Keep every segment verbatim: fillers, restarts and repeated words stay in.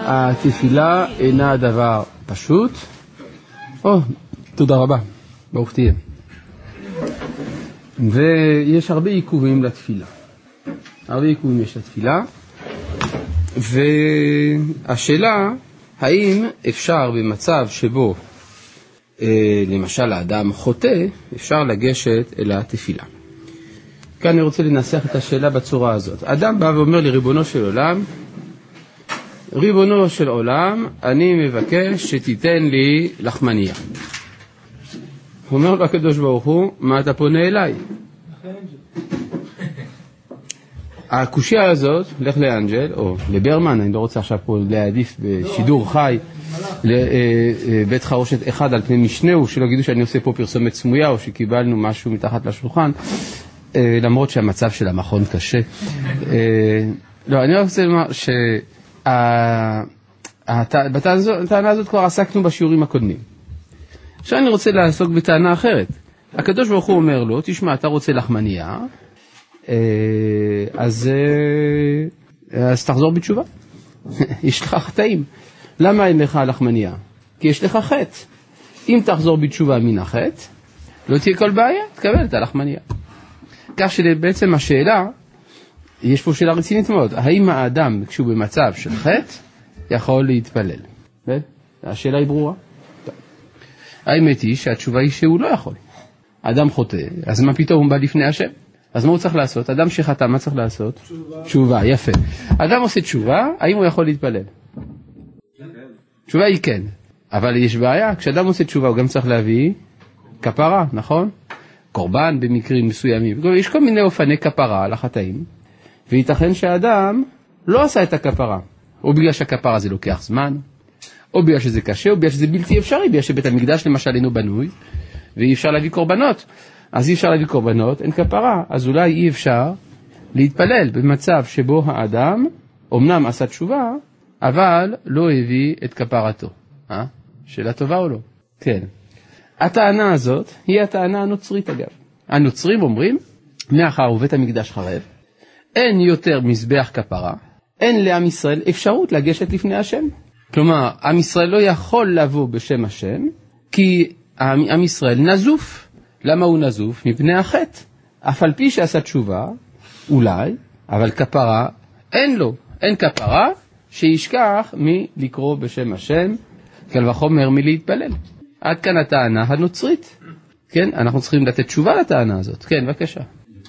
התפילה אינה דבר פשוט. או, תודה רבה, ברוך תהיה. ויש הרבה עיכובים לתפילה. הרבה עיכובים יש לתפילה. והשאלה, האם אפשר במצב שבו, אה, למשל האדם חוטא, אפשר לגשת אל התפילה. כאן אני רוצה לנסח את השאלה בצורה הזאת. אדם בא ואומר לי, ריבונו של עולם, ריבונו של עולם, אני מבקש שתיתן לי לחמניה. הוא אומר לו הקדוש ברוך הוא, מה אתה פונה אליי? הקושיה הזאת, לך לאנג'ל, או לברמן, אני לא רוצה עכשיו פה להעדיף בשידור חי, לבית חרושת אחד על פני משנהו, שלא גידו שאני עושה פה פרסומת סמויה, או שקיבלנו משהו מתחת לשולחן, למרות שהמצב של המכון קשה. לא, אני רוצה לומר שבטענה הזאת כבר עסקנו בשיעורים הקודמים. עכשיו אני רוצה לעסוק בטענה אחרת. הקדוש ברוך הוא אומר לו, תשמע, אתה רוצה לחמניה, אז, אז תחזור בתשובה. יש לך חטאים. למה אין לך לחמניה? כי יש לך חטא. אם תחזור בתשובה מן החטא, לא תהיה כל בעיה, תקבל את הלחמניה. כך שבעצם השאלה, יש פה שאלה רצינית מאוד, האם האדם כשהוא במצב של חטא יכול להתפלל? השאלה היא ברורה. האמת היא שהתשובה היא שהוא לא יכול. אדם חוטא, אז מה פתאום הוא בא לפני השם? אז מה הוא צריך לעשות? אדם שחטא, מה צריך לעשות? תשובה. תשובה, יפה. אדם עושה תשובה, האם הוא יכול להתפלל? כן. תשובה היא כן, אבל יש בעיה, כשאדם עושה תשובה הוא גם צריך להביא כפרה, נכון? קורבן במקרים מסוימים. יש כל מיני אופני כפרה על החטאים, וייתכן שהאדם לא עשה את הכפרה, או בגלל שהכפרה זה לוקח זמן, או בגלל שזה קשה, או בגלל שזה בלתי אפשרי, בגלל שבית המקדש למשל אינו בנוי, ואי אפשר להביא קורבנות. אז אי אפשר להביא קורבנות, אין כפרה, אז אולי אי אפשר להתפלל במצב שבו האדם אומנם עשה תשובה, אבל לא הביא את כפרתו. אה? שאלה טובה או לא? כן. הטענה הזאת היא הטענה הנוצרית אגב. הנוצרים אומרים, מאחר ובית המקדש חרב, אין יותר מזבח כפרה, אין לעם ישראל אפשרות לגשת לפני השם. כלומר, עם ישראל לא יכול לבוא בשם השם, כי עם ישראל נזוף. למה הוא נזוף? מפני החטא. אף על פי שעשה תשובה, אולי, אבל כפרה אין לו. אין כפרה שישכח מלקרוא בשם השם, קל וחומר מלהתפלל. עד כאן הטענה הנוצרית. כן, אנחנו צריכים לתת תשובה לטענה הזאת. כן, בבקשה.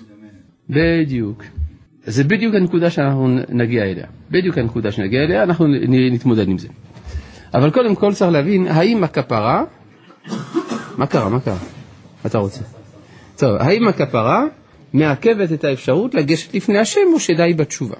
בדיוק. זה בדיוק הנקודה שאנחנו נגיע אליה. בדיוק הנקודה שנגיע אליה, אנחנו נתמודד עם זה. אבל קודם כל צריך להבין, האם הכפרה, מה קרה, מה קרה? אתה רוצה? טוב, האם הכפרה מעכבת את האפשרות לגשת לפני השם או שדי בתשובה?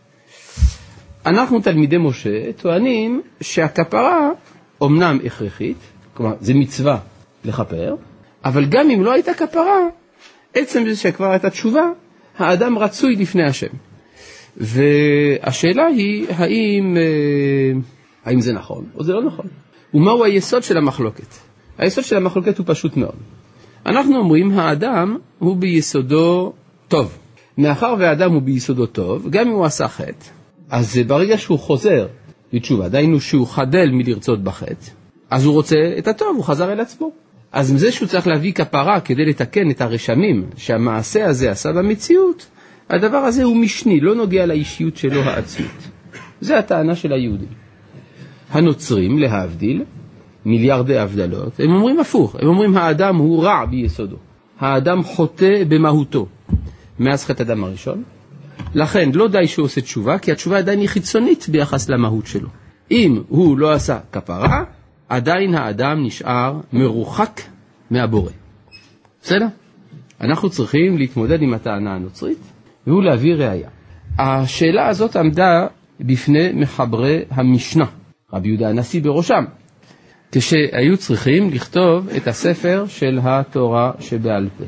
אנחנו תלמידי משה טוענים שהכפרה אומנם הכרחית, כלומר זה מצווה לכפר, אבל גם אם לא הייתה כפרה, עצם זה שכבר הייתה תשובה, האדם רצוי לפני השם. והשאלה היא האם, האם זה נכון או זה לא נכון. ומהו היסוד של המחלוקת? היסוד של המחלוקת הוא פשוט מאוד. אנחנו אומרים, האדם הוא ביסודו טוב. מאחר והאדם הוא ביסודו טוב, גם אם הוא עשה חטא, אז ברגע שהוא חוזר לתשובה, דיינו שהוא חדל מלרצות בחטא, אז הוא רוצה את הטוב, הוא חזר אל עצמו. אז עם זה שהוא צריך להביא כפרה כדי לתקן את הרשמים שהמעשה הזה עשה במציאות, הדבר הזה הוא משני, לא נוגע לאישיות שלו העצמית. זה הטענה של היהודים. הנוצרים, להבדיל, מיליארדי הבדלות, הם אומרים הפוך, הם אומרים האדם הוא רע ביסודו, האדם חוטא במהותו, מאז חטא אדם הראשון, לכן לא די שהוא עושה תשובה, כי התשובה עדיין היא חיצונית ביחס למהות שלו. אם הוא לא עשה כפרה, עדיין האדם נשאר מרוחק מהבורא. בסדר? אנחנו צריכים להתמודד עם הטענה הנוצרית, והוא להביא ראיה. השאלה הזאת עמדה בפני מחברי המשנה, רבי יהודה הנשיא בראשם, כשהיו צריכים לכתוב את הספר של התורה שבעל פה.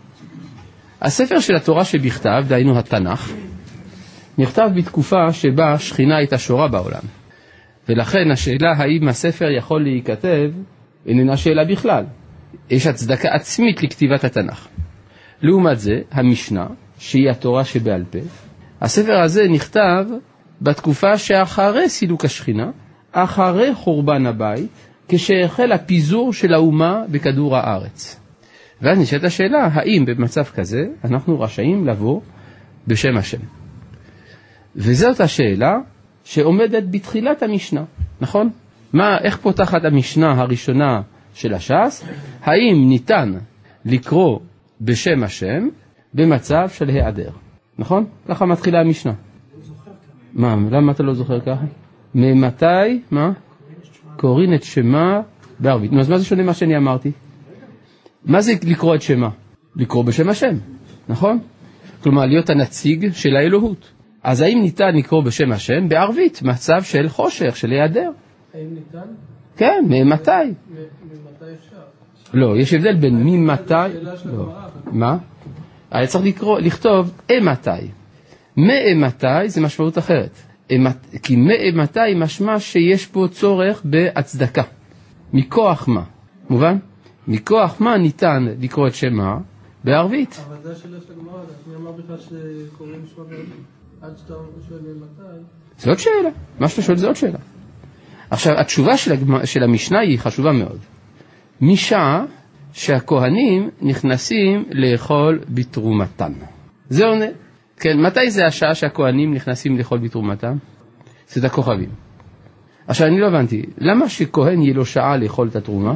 הספר של התורה שבכתב, דהיינו התנ"ך, נכתב בתקופה שבה שכינה הייתה שורה בעולם. ולכן השאלה האם הספר יכול להיכתב איננה שאלה בכלל. יש הצדקה עצמית לכתיבת התנ"ך. לעומת זה, המשנה, שהיא התורה שבעל פה, הספר הזה נכתב בתקופה שאחרי סילוק השכינה, אחרי חורבן הבית, כשהחל הפיזור של האומה בכדור הארץ. ואז נשאלת השאלה, האם במצב כזה אנחנו רשאים לבוא בשם השם? וזאת השאלה שעומדת בתחילת המשנה, נכון? מה, איך פותחת המשנה הראשונה של הש"ס? האם ניתן לקרוא בשם השם במצב של היעדר? נכון? ככה מתחילה המשנה. מה, למה אתה לא זוכר ככה? ממתי, מה? קוראים את שמה בערבית. נו, אז מה זה שונה מה שאני אמרתי? מה זה לקרוא את שמה? לקרוא בשם השם, נכון? כלומר, להיות הנציג של האלוהות. אז האם ניתן לקרוא בשם השם בערבית, מצב של חושך, של היעדר? האם ניתן? כן, ממתי? ממתי אפשר? לא, יש הבדל בין ממתי... לא. מה? היה צריך לקרוא, לכתוב אמתי. מאמתי זה משמעות אחרת. כי מאמתי משמע שיש פה צורך בהצדקה. מכוח מה? מובן? מכוח מה ניתן לקרוא את שמה בערבית? אבל זה השאלה של הגמרא, אני אמר בכלל שקוראים שמה בערבית. עד שאתה שואל ממתי. זה עוד שאלה. מה שאתה שואל זה עוד שאלה. עכשיו, התשובה של, הגמ... של המשנה היא חשובה מאוד. משעה שהכהנים נכנסים לאכול בתרומתם. זה עונה. כן, מתי זה השעה שהכהנים נכנסים לאכול בתרומתם? זה את הכוכבים. עכשיו, אני לא הבנתי. למה שכהן יהיה לו שעה לאכול את התרומה?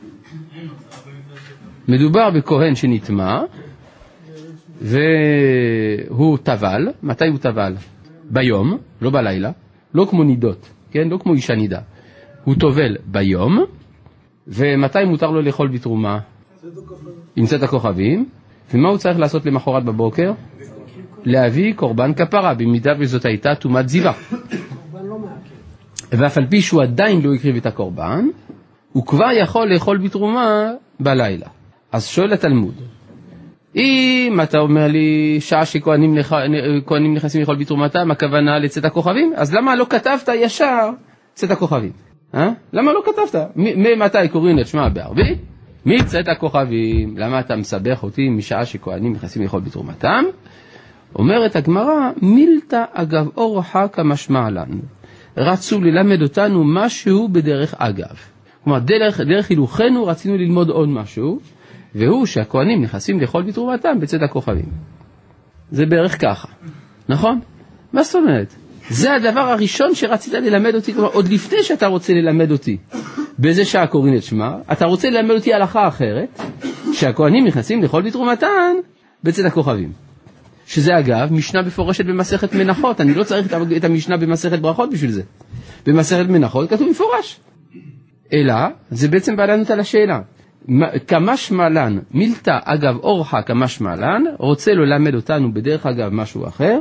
מדובר בכהן שנטמע, והוא טבל. מתי הוא טבל? ביום, לא בלילה. לא כמו נידות, כן? לא כמו אישה נידה. הוא טובל ביום, ומתי מותר לו לאכול בתרומה? עם צאת הכוכבים. ומה הוא צריך לעשות למחרת בבוקר? להביא קורבן כפרה, במידה וזאת הייתה תומת זיווה. ואף על פי שהוא עדיין לא הקריב את הקורבן, הוא כבר יכול לאכול בתרומה בלילה. אז שואל התלמוד, אם אתה אומר לי שעה שכהנים נח... נכנסים לאכול בתרומתם, הכוונה לצאת הכוכבים, אז למה לא כתבת ישר צאת הכוכבים? אה? למה לא כתבת? ממתי קוראים את שמה בערבית? מצאת הכוכבים. למה אתה מסבך אותי משעה שכהנים נכנסים לאכול בתרומתם? אומרת הגמרא, מילתא אגב אורחא כמשמע לן. רצו ללמד אותנו משהו בדרך אגב. כלומר, דרך, דרך הילוכנו רצינו ללמוד עוד משהו, והוא שהכהנים נכנסים לאכול בתרומתם בצאת הכוכבים. זה בערך ככה, נכון? מה זאת אומרת? זה הדבר הראשון שרצית ללמד אותי, כלומר, עוד לפני שאתה רוצה ללמד אותי באיזה שעה קוראים את שמה, אתה רוצה ללמד אותי הלכה אחרת, שהכהנים נכנסים לאכול בתרומתם בצאת הכוכבים. שזה אגב, משנה מפורשת במסכת מנחות, אני לא צריך את המשנה במסכת ברכות בשביל זה. במסכת מנחות כתוב מפורש. אלא, זה בעצם בא לנו על השאלה. כמשמע לן, מילתא אגב אורחא כמשמע לן, רוצה ללמד אותנו בדרך אגב משהו אחר,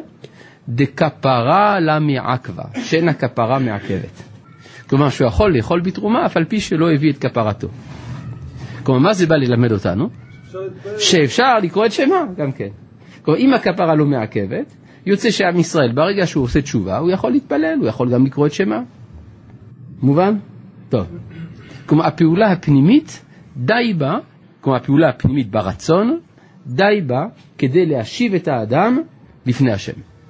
דקפרה לה מעכבה, שאין הכפרה מעכבת. כלומר, שהוא יכול לאכול בתרומה, אף על פי שלא הביא את כפרתו. כלומר, מה זה בא ללמד אותנו? שאפשר לקרוא את שמה, גם כן. כלומר, אם הכפרה לא מעכבת, יוצא שעם ישראל, ברגע שהוא עושה תשובה, הוא יכול להתפלל, הוא יכול גם לקרוא את שמה. מובן? טוב. כלומר, הפעולה הפנימית, די בה, כלומר, הפעולה הפנימית ברצון, די בה כדי להשיב את האדם לפני השם.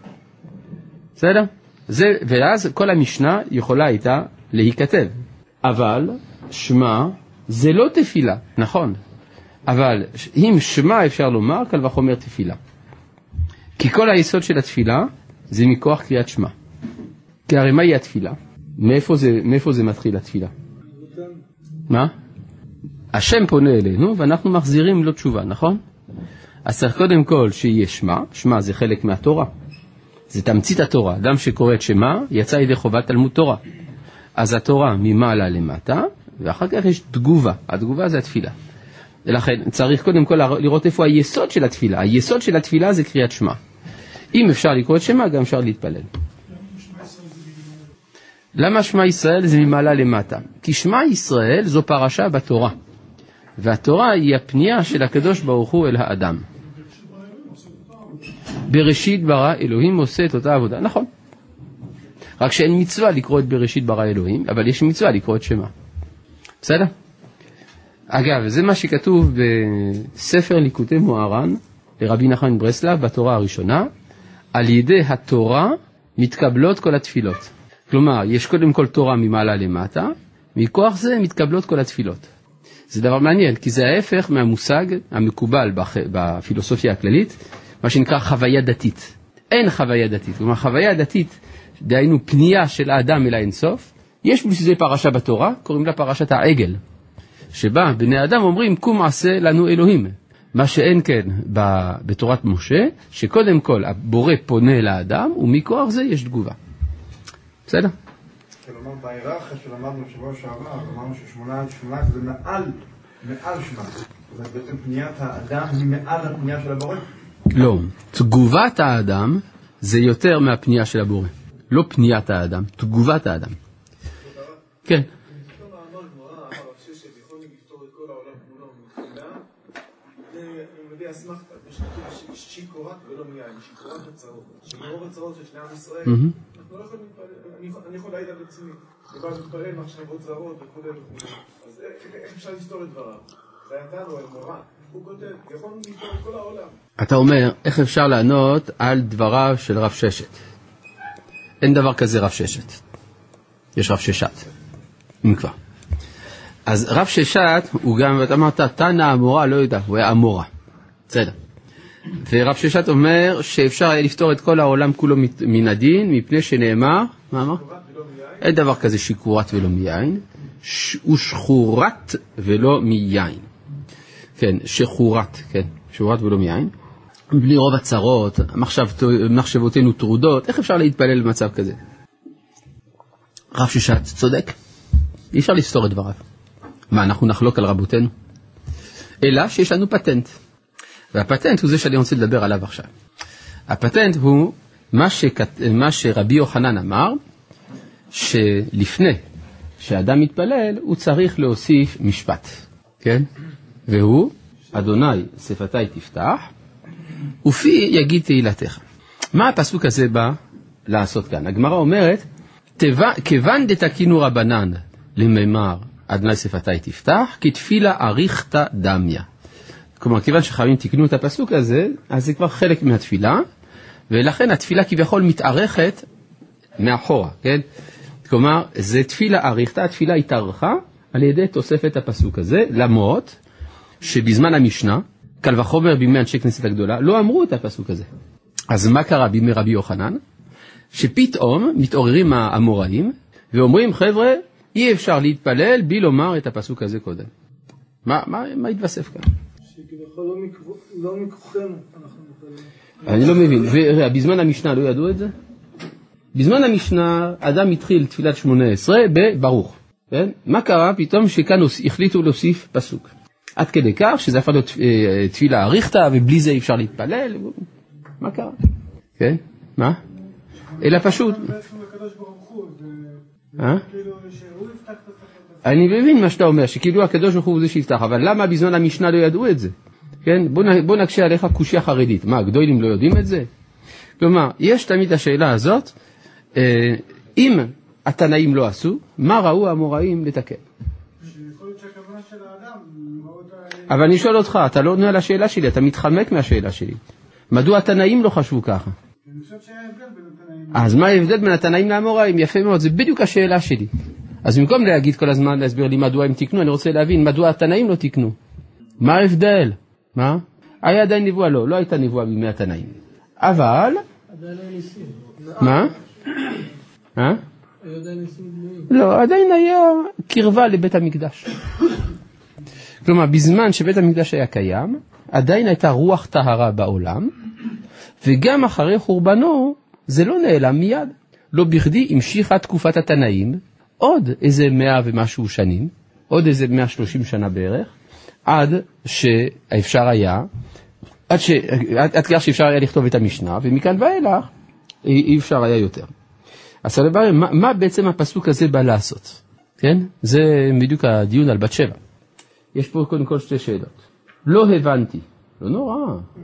בסדר? זה, ואז כל המשנה יכולה הייתה להיכתב. אבל שמה זה לא תפילה, נכון. אבל אם שמה אפשר לומר, קל וחומר תפילה. כי כל היסוד של התפילה זה מכוח קריאת שמה. כי הרי מהי התפילה? מאיפה זה, מאיפה זה מתחיל התפילה? מה? השם פונה אלינו ואנחנו מחזירים לו תשובה, נכון? אז צריך קודם כל שיהיה שמה, שמה זה חלק מהתורה. זה תמצית התורה. אדם שקורא את שמה יצא ידי חובת תלמוד תורה. אז התורה ממעלה למטה, ואחר כך יש תגובה. התגובה זה התפילה. ולכן צריך קודם כל לראות איפה היסוד של התפילה. היסוד של התפילה זה קריאת שמה. אם אפשר לקרוא את שמה, גם אפשר להתפלל. למה שמה ישראל זה ממעלה למטה? כי שמה ישראל זו פרשה בתורה. והתורה היא הפנייה של הקדוש ברוך הוא אל האדם. בראשית ברא אלוהים עושה את אותה עבודה. נכון. רק שאין מצווה לקרוא את בראשית ברא אלוהים, אבל יש מצווה לקרוא את שמה. בסדר? אגב, זה מה שכתוב בספר ליקוטי מוהר"ן לרבי נחמן ברסלב בתורה הראשונה, על ידי התורה מתקבלות כל התפילות. כלומר, יש קודם כל תורה ממעלה למטה, מכוח זה מתקבלות כל התפילות. זה דבר מעניין, כי זה ההפך מהמושג המקובל בפילוסופיה הכללית, מה שנקרא חוויה דתית. אין חוויה דתית, כלומר חוויה דתית, דהיינו פנייה של האדם אל האינסוף, יש בשביל זה פרשה בתורה, קוראים לה פרשת העגל, שבה בני האדם אומרים, קום עשה לנו אלוהים. מה שאין כן בתורת משה, שקודם כל הבורא פונה לאדם, ומכוח זה יש תגובה. בסדר? כלומר, בהיררכיה שלמדנו בשבוע שעבר, אמרנו ששמונה זה מעל, מעל שמונה. זאת אומרת, בעצם פניית האדם היא מעל הפנייה של הבורא? לא. תגובת האדם זה יותר מהפנייה של הבורא. לא פניית האדם, תגובת האדם. כן. אסמכת, יש כתוב שיקורת ולא מיין, שיקורת הצרות. שמרוב הצרות של שני עם ישראל, אנחנו לא יכולים להתפלל, אני יכול להעיד על עצמי, ובא להתפלל מחשבות זרות וכו' וכו'. אז איך אפשר לסתור את דבריו? חייתנו, אמורה, הוא כותב, יכולנו לסתור את כל העולם. אתה אומר, איך אפשר לענות על דבריו של רב ששת? אין דבר כזה רב ששת. יש רב ששת. אם כבר. אז רב ששת, הוא גם, אתה אמרת, תנא אמורה, לא יודע, הוא היה אמורה. בסדר. ורב ששת אומר שאפשר היה לפתור את כל העולם כולו מן הדין, מפני שנאמר, מה אמר? אין דבר כזה שיקורת ולא מיין, ושחורת ולא מיין. כן, שחורת, כן, שחורת ולא מיין. בלי רוב הצרות, מחשבותינו טרודות, איך אפשר להתפלל במצב כזה? רב ששת צודק, אי אפשר לפתור את דבריו. מה, אנחנו נחלוק על רבותינו? אלא שיש לנו פטנט. והפטנט הוא זה שאני רוצה לדבר עליו עכשיו. הפטנט הוא מה, שכת... מה שרבי יוחנן אמר, שלפני שאדם מתפלל, הוא צריך להוסיף משפט. כן? והוא, אדוני שפתי תפתח, ופי יגיד תהילתך. מה הפסוק הזה בא לעשות כאן? הגמרא אומרת, כיוון דתקינו רבנן למאמר, אדוני שפתי תפתח, כתפילה אריכתא דמיא. כלומר, כיוון שחכמים תיקנו את הפסוק הזה, אז זה כבר חלק מהתפילה, ולכן התפילה כביכול מתארכת מאחורה, כן? כלומר, זה תפילה אריכתא, התפילה התארכה על ידי תוספת הפסוק הזה, למרות שבזמן המשנה, קל וחומר בימי אנשי כנסת הגדולה, לא אמרו את הפסוק הזה. אז מה קרה בימי רבי יוחנן? שפתאום מתעוררים האמוראים, ואומרים, חבר'ה, אי אפשר להתפלל בלי לומר את הפסוק הזה קודם. מה, מה, מה התווסף כאן? שכביכול לא מכוחנו אנחנו מתפללים. אני לא מבין, ובזמן המשנה לא ידעו את זה? בזמן המשנה אדם התחיל תפילת שמונה עשרה בברוך. כן? מה קרה פתאום שכאן החליטו להוסיף פסוק? עד כדי כך שזה הפך להיות תפילה אריכתא ובלי זה אפשר להתפלל. מה קרה? כן? מה? אלא פשוט. אה? אני מבין מה שאתה אומר, שכאילו הקדוש ברוך הוא זה שיפתח, אבל למה בזמן המשנה לא ידעו את זה? כן? בוא, בוא נקשה עליך קושיה חרדית. מה, הגדולים לא יודעים את זה? כלומר, יש תמיד השאלה הזאת, אם התנאים לא עשו, מה ראו האמוראים לתקן? אבל אני שואל אותך, אתה לא עונה על השאלה שלי, אתה מתחמק מהשאלה שלי. מדוע התנאים לא חשבו ככה? אני חושב שהיה הבדל בין התנאים. אז מה ההבדל בין התנאים לאמוראים? יפה מאוד, זה בדיוק השאלה שלי. אז במקום להגיד כל הזמן, להסביר לי מדוע הם תקנו, אני רוצה להבין מדוע התנאים לא תקנו. מה ההבדל? מה? היה עדיין נבואה? לא, לא הייתה נבואה בימי התנאים. אבל... עדיין היה ניסים. מה? אה? היה עדיין ניסים גלויים. לא, עדיין היה קרבה לבית המקדש. כלומר, בזמן שבית המקדש היה קיים, עדיין הייתה רוח טהרה בעולם, וגם אחרי חורבנו, זה לא נעלם מיד. לא בכדי המשיכה תקופת התנאים, עוד איזה מאה ומשהו שנים, עוד איזה מאה ושלושים שנה בערך, עד שאפשר היה, עד, ש, עד, עד כך שאפשר היה לכתוב את המשנה, ומכאן ואילך אי אפשר היה יותר. אז דבר, מה, מה בעצם הפסוק הזה בא לעשות? כן? זה בדיוק הדיון על בת שבע. יש פה קודם כל שתי שאלות. לא הבנתי, לא נורא.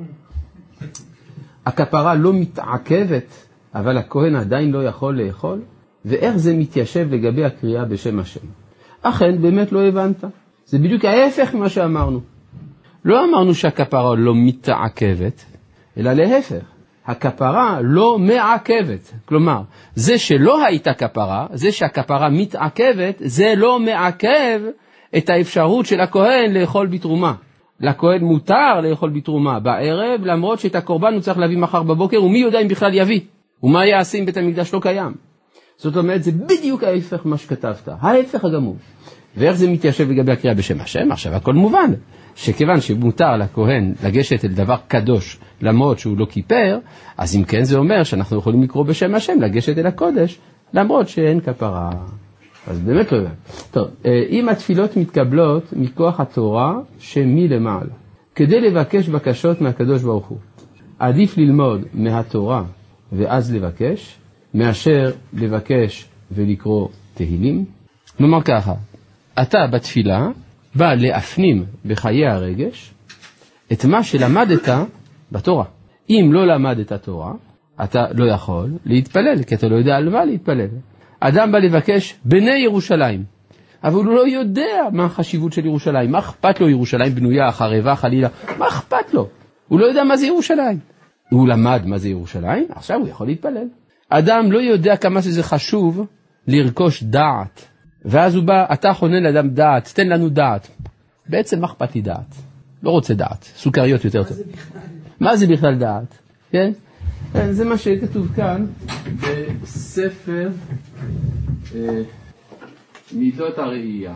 הכפרה לא מתעכבת, אבל הכהן עדיין לא יכול לאכול, ואיך זה מתיישב לגבי הקריאה בשם השם? אכן, באמת לא הבנת. זה בדיוק ההפך ממה שאמרנו. לא אמרנו שהכפרה לא מתעכבת, אלא להפך. הכפרה לא מעכבת. כלומר, זה שלא הייתה כפרה, זה שהכפרה מתעכבת, זה לא מעכב את האפשרות של הכהן לאכול בתרומה. לכהן מותר לאכול בתרומה בערב, למרות שאת הקורבן הוא צריך להביא מחר בבוקר, ומי יודע אם בכלל יביא, ומה יעשה אם בית המקדש לא קיים. זאת אומרת, זה בדיוק ההפך מה שכתבת, ההפך הגמור. ואיך זה מתיישב לגבי הקריאה בשם השם? עכשיו הכל מובן, שכיוון שמותר לכהן לגשת אל דבר קדוש, למרות שהוא לא כיפר, אז אם כן זה אומר שאנחנו יכולים לקרוא בשם השם, לגשת אל הקודש, למרות שאין כפרה. אז באמת לא יודע. טוב, אם התפילות מתקבלות מכוח התורה שמי למעלה, כדי לבקש בקשות מהקדוש ברוך הוא, עדיף ללמוד מהתורה ואז לבקש, מאשר לבקש ולקרוא תהילים. נאמר ככה, אתה בתפילה בא להפנים בחיי הרגש את מה שלמדת בתורה. אם לא למדת תורה, אתה לא יכול להתפלל, כי אתה לא יודע על מה להתפלל. אדם בא לבקש בני ירושלים, אבל הוא לא יודע מה החשיבות של ירושלים, מה אכפת לו ירושלים בנויה, חרבה, חלילה, מה אכפת לו? הוא לא יודע מה זה ירושלים. הוא למד מה זה ירושלים, עכשיו הוא יכול להתפלל. אדם לא יודע כמה שזה חשוב לרכוש דעת, ואז הוא בא, אתה חונן לאדם דעת, תן לנו דעת. בעצם מה אכפת לי דעת? לא רוצה דעת, סוכריות יותר טוב. מה זה בכלל דעת? כן? זה מה שכתוב כאן בספר אה, מידות הראייה.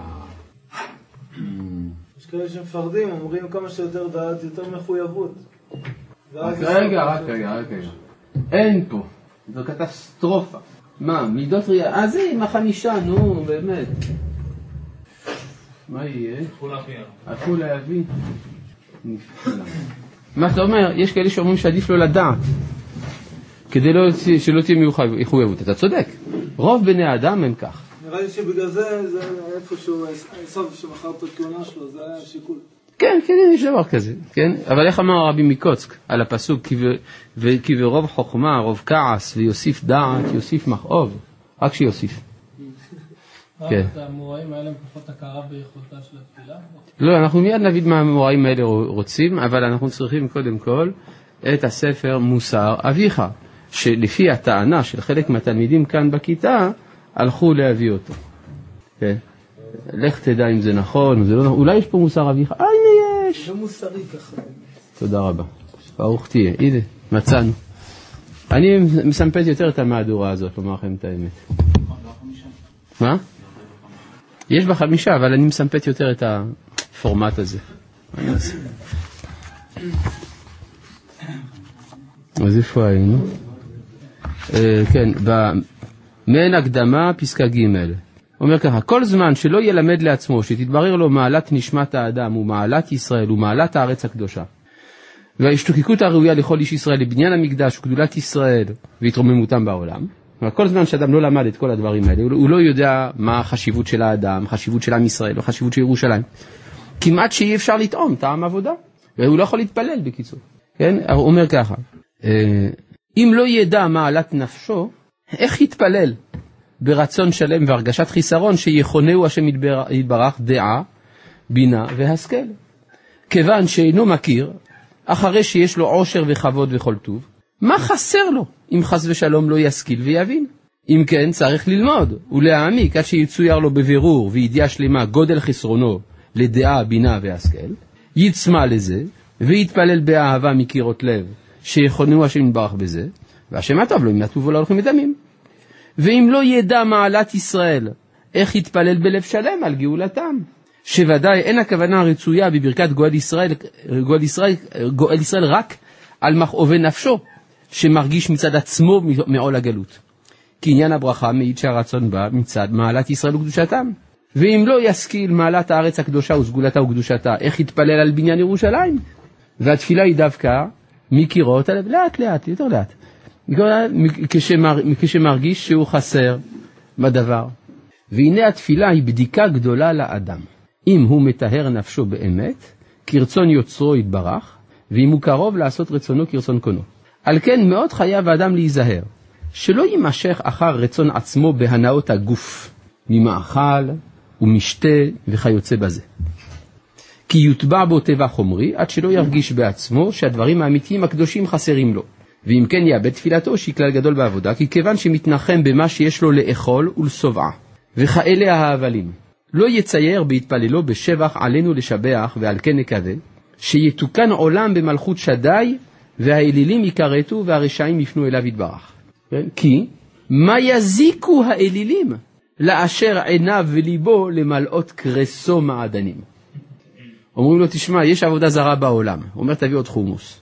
יש כאלה שמפרדים, אומרים כמה שיותר דעת, יותר מחויבות. רק רגע, רק רגע, רק רגע. אין פה, זו קטסטרופה. מה, מידות ראייה? אה, זה עם החמישה, נו, באמת. מה יהיה? הלכו להביא. נפלא. מה אתה אומר? יש כאלה שאומרים שעדיף לו לדעת. כדי לא, שלא תהיה מחויבות. אתה צודק. רוב בני האדם הם כך. נראה לי שבגלל זה, זה איפשהו, סוף שמחר את הכהונה שלו, זה היה שיקול. כן, כן, יש דבר כזה. כן? אבל איך אמר רבי מקוצק על הפסוק, כי ברוב חוכמה, רוב כעס, ויוסיף דעת, יוסיף מכאוב. רק שיוסיף. כן. המוראים האלה הם פחות הכרה ביכולתה של התפילה? לא, אנחנו מיד נבין מה המוראים האלה רוצים, אבל אנחנו צריכים קודם כל את הספר מוסר אביך, שלפי הטענה של חלק מהתלמידים כאן בכיתה, הלכו להביא אותו. כן? לך תדע אם זה נכון, זה לא נכון. אולי יש פה מוסר אביך? אה, הנה יש. זה מוסרי ככה. תודה רבה. ברוך תהיה. הנה, מצאנו. אני מסמפת יותר את המהדורה הזאת, לומר לכם את האמת. מה? יש בה חמישה, אבל אני מסמפת יותר את הפורמט הזה. אני אעשה. אז איפה היינו? כן, מעין הקדמה, פסקה ג' אומר ככה, כל זמן שלא ילמד לעצמו, שתתברר לו מעלת נשמת האדם ומעלת ישראל ומעלת הארץ הקדושה, וההשתוקקות הראויה לכל איש ישראל לבניין המקדש וגדולת ישראל והתרוממותם בעולם, כל זמן שאדם לא למד את כל הדברים האלה, הוא לא יודע מה החשיבות של האדם, חשיבות של עם ישראל, חשיבות של ירושלים. כמעט שאי אפשר לטעום טעם עבודה, והוא לא יכול להתפלל בקיצור. כן? הוא אומר ככה, אם לא ידע מעלת נפשו, איך יתפלל ברצון שלם והרגשת חיסרון שיכונהו השם יתברך דעה, בינה והשכל? כיוון שאינו מכיר, אחרי שיש לו עושר וכבוד וכל טוב, מה חסר לו אם חס ושלום לא ישכיל ויבין? אם כן צריך ללמוד ולהעמיק עד שיצויר לו בבירור וידיעה שלמה גודל חסרונו לדעה, בינה והשכל, יצמא לזה ויתפלל באהבה מקירות לב שיכונהו השם יתברך בזה, והשם הטוב לו אם יטובו להולכים מדמים. ואם לא ידע מעלת ישראל, איך יתפלל בלב שלם על גאולתם? שוודאי אין הכוונה הרצויה בברכת גואל ישראל, גואל ישראל, גואל ישראל רק על מכאובי נפשו, שמרגיש מצד עצמו מעול הגלות. כי עניין הברכה מעיד שהרצון בא מצד מעלת ישראל וקדושתם. ואם לא ישכיל מעלת הארץ הקדושה וסגולתה וקדושתה, איך יתפלל על בניין ירושלים? והתפילה היא דווקא מקירות הלב, לאט לאט, יותר לאט. כשמר, כשמרגיש שהוא חסר בדבר. והנה התפילה היא בדיקה גדולה לאדם. אם הוא מטהר נפשו באמת, כרצון יוצרו יתברך, ואם הוא קרוב לעשות רצונו כרצון קונו. על כן מאוד חייב האדם להיזהר, שלא יימשך אחר רצון עצמו בהנאות הגוף, ממאכל ומשתה וכיוצא בזה. כי יוטבע בו טבע חומרי, עד שלא ירגיש בעצמו שהדברים האמיתיים הקדושים חסרים לו. ואם כן יאבד תפילתו שהיא כלל גדול בעבודה, כי כיוון שמתנחם במה שיש לו לאכול ולשובעה, וכאלה ההבלים, לא יצייר בהתפללו בשבח עלינו לשבח, ועל כן נקווה, שיתוקן עולם במלכות שדי, והאלילים יקרתו והרשעים יפנו אליו יתברך. כי מה יזיקו האלילים לאשר עיניו וליבו למלאות קרסו מעדנים. אומרים לו, תשמע, יש עבודה זרה בעולם. הוא אומר, תביא עוד חומוס.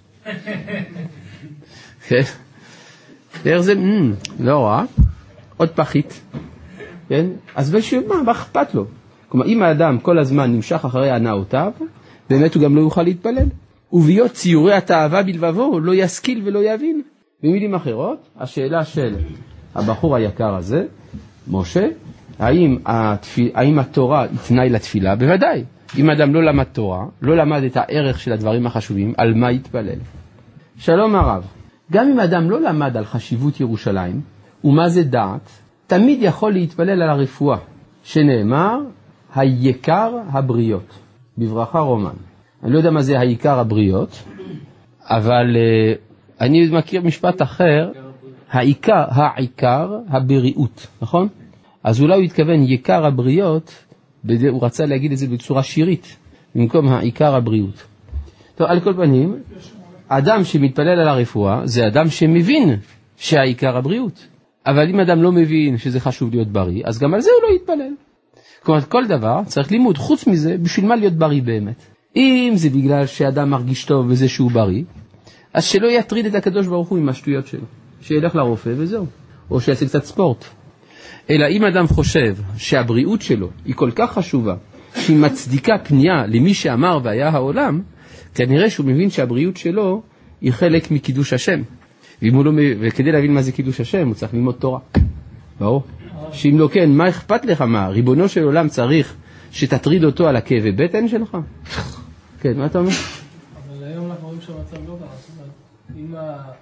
כן? איך זה? לא רע. עוד פחית. כן? אז מה, מה אכפת לו? כלומר, אם האדם כל הזמן נמשך אחרי הנאותיו, באמת הוא גם לא יוכל להתפלל. וביות ציורי התאווה בלבבו, לא ישכיל ולא יבין. במילים אחרות, השאלה של הבחור היקר הזה, משה, האם, התפיל, האם התורה היא תנאי לתפילה? בוודאי. אם אדם לא למד תורה, לא למד את הערך של הדברים החשובים, על מה יתפלל? שלום הרב, גם אם אדם לא למד על חשיבות ירושלים, ומה זה דעת, תמיד יכול להתפלל על הרפואה, שנאמר, היקר הבריות, בברכה רומן. אני לא יודע מה זה היקר הבריות, אבל uh, אני מכיר משפט אחר, העיקר, העיקר הבריאות, נכון? אז אולי הוא התכוון יקר הבריות, הוא רצה להגיד את זה בצורה שירית, במקום העיקר הבריאות. טוב, על כל פנים, אדם שמתפלל על הרפואה, זה אדם שמבין שהעיקר הבריאות. אבל אם אדם לא מבין שזה חשוב להיות בריא, אז גם על זה הוא לא יתפלל. כלומר, כל דבר צריך לימוד. חוץ מזה, בשביל מה להיות בריא באמת? אם זה בגלל שאדם מרגיש טוב וזה שהוא בריא, אז שלא יטריד את הקדוש ברוך הוא עם השטויות שלו. שילך לרופא וזהו. או שיעשה קצת ספורט. אלא אם אדם חושב שהבריאות שלו היא כל כך חשובה, שהיא מצדיקה פנייה למי שאמר והיה העולם, כנראה שהוא מבין שהבריאות שלו היא חלק מקידוש השם. ואם הוא לא, וכדי להבין מה זה קידוש השם, הוא צריך ללמוד תורה. ברור? שאם לא כן, מה אכפת לך? מה? ריבונו של עולם צריך שתטריד אותו על הכאבי בטן שלך? כן, מה אתה אומר? אבל היום אנחנו רואים שהמצב לא ככה. אם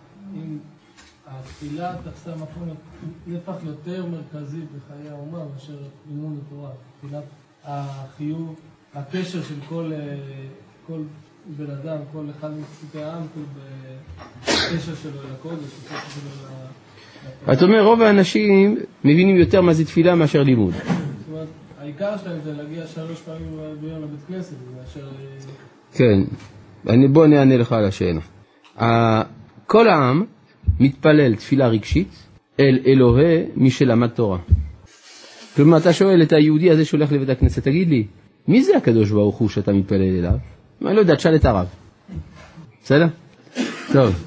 התפילה תפסה מקום נפח יותר מרכזי בחיי האומה מאשר לימוד התורה. תפילת החיוב, הקשר של כל, כל בן אדם, כל אחד מפסוקי העם, בקשר שלו אל הקודש, בקשר שלו אל... אתה אומר, רוב האנשים מבינים יותר מה זה תפילה מאשר לימוד. זאת אומרת, העיקר שלהם זה להגיע שלוש פעמים ביום לבית כנסת, מאשר... כן, אני, בוא נענה לך על השאלה. כל העם מתפלל תפילה רגשית אל אלוהי מי שלמד תורה. כלומר, אתה שואל את היהודי הזה שהולך לבית הכנסת, תגיד לי, מי זה הקדוש ברוך הוא שאתה מתפלל אליו? אני לא יודע, תשאל את הרב. בסדר? טוב.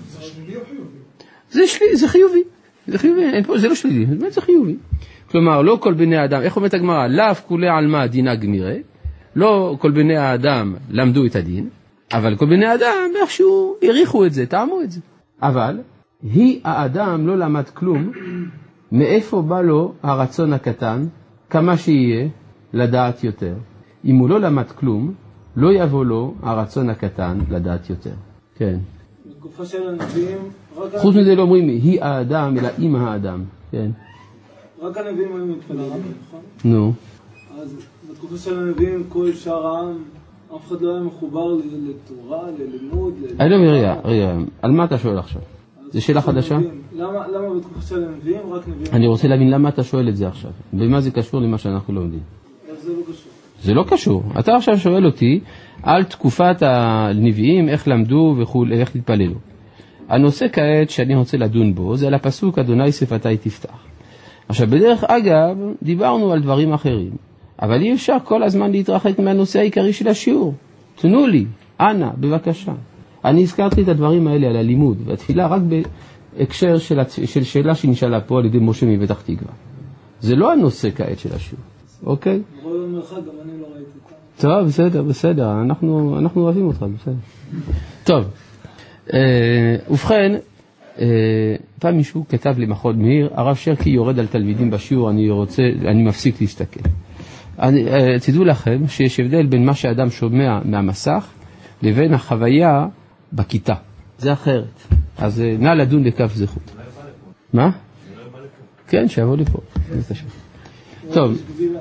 זה שלי, זה חיובי. זה חיובי, זה לא שלילי, זה חיובי. כלומר, לא כל בני האדם, איך אומרת הגמרא? לאו כולי עלמא דינה גמירה, לא כל בני האדם למדו את הדין, אבל כל בני האדם איכשהו העריכו את זה, טעמו את זה. אבל היא האדם לא למד כלום, מאיפה בא לו הרצון הקטן, כמה שיהיה, לדעת יותר. אם הוא לא למד כלום, לא יבוא לו הרצון הקטן לדעת יותר. כן. בתקופה של הנביאים... חוץ מזה לא אומרים היא האדם, אלא עם האדם. כן. רק הנביאים היו מתפללים, נכון? נו. אז בתקופה של הנביאים כל שאר העם, אף אחד לא היה מחובר לתורה, ללימוד... אני לא מבין, רגע, על מה אתה שואל עכשיו? זו שאלה חדשה? למה, למה בתקופה של הנביאים רק נביאים? אני רוצה להבין למה אתה שואל את זה עכשיו. במה זה קשור למה שאנחנו לא יודעים? זה לא קשור. זה לא קשור. אתה עכשיו שואל אותי על תקופת הנביאים, איך למדו וכו', איך התפללו. הנושא כעת שאני רוצה לדון בו, זה על הפסוק אדוני שפתי תפתח. עכשיו, בדרך אגב, דיברנו על דברים אחרים, אבל אי אפשר כל הזמן להתרחק מהנושא העיקרי של השיעור. תנו לי, אנא, בבקשה. אני הזכרתי את הדברים האלה על הלימוד, והתפילה רק בהקשר של, של שאלה שנשאלה פה על ידי משה מבטח תקווה. זה לא הנושא כעת של השיעור, אוקיי? רואי במרחק, גם אני לא ראיתי אותה. טוב, בסדר, בסדר, אנחנו, אנחנו אוהבים אותך, בסדר. טוב, אה, ובכן, אה, פעם מישהו כתב לי מחוד מאיר, הרב שרקי יורד על תלמידים בשיעור, אני רוצה, אני מפסיק להסתכל. אני, אה, תדעו לכם שיש הבדל בין מה שאדם שומע מהמסך, לבין החוויה בכיתה. זה אחרת. אז אה, נא לדון לכף זכות. מה? כן, שיבוא לפה. טוב,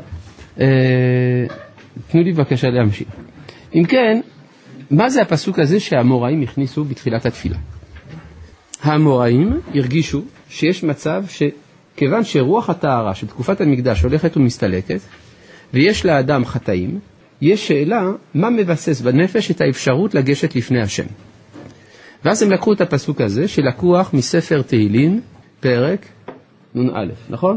אה, תנו לי בבקשה להמשיך. אם כן, מה זה הפסוק הזה שהאמוראים הכניסו בתחילת התפילה? האמוראים הרגישו שיש מצב שכיוון שרוח הטהרה של תקופת המקדש הולכת ומסתלקת, ויש לאדם חטאים, יש שאלה מה מבסס בנפש את האפשרות לגשת לפני השם. ואז הם לקחו את הפסוק הזה שלקוח מספר תהילים, פרק נ"א, נכון?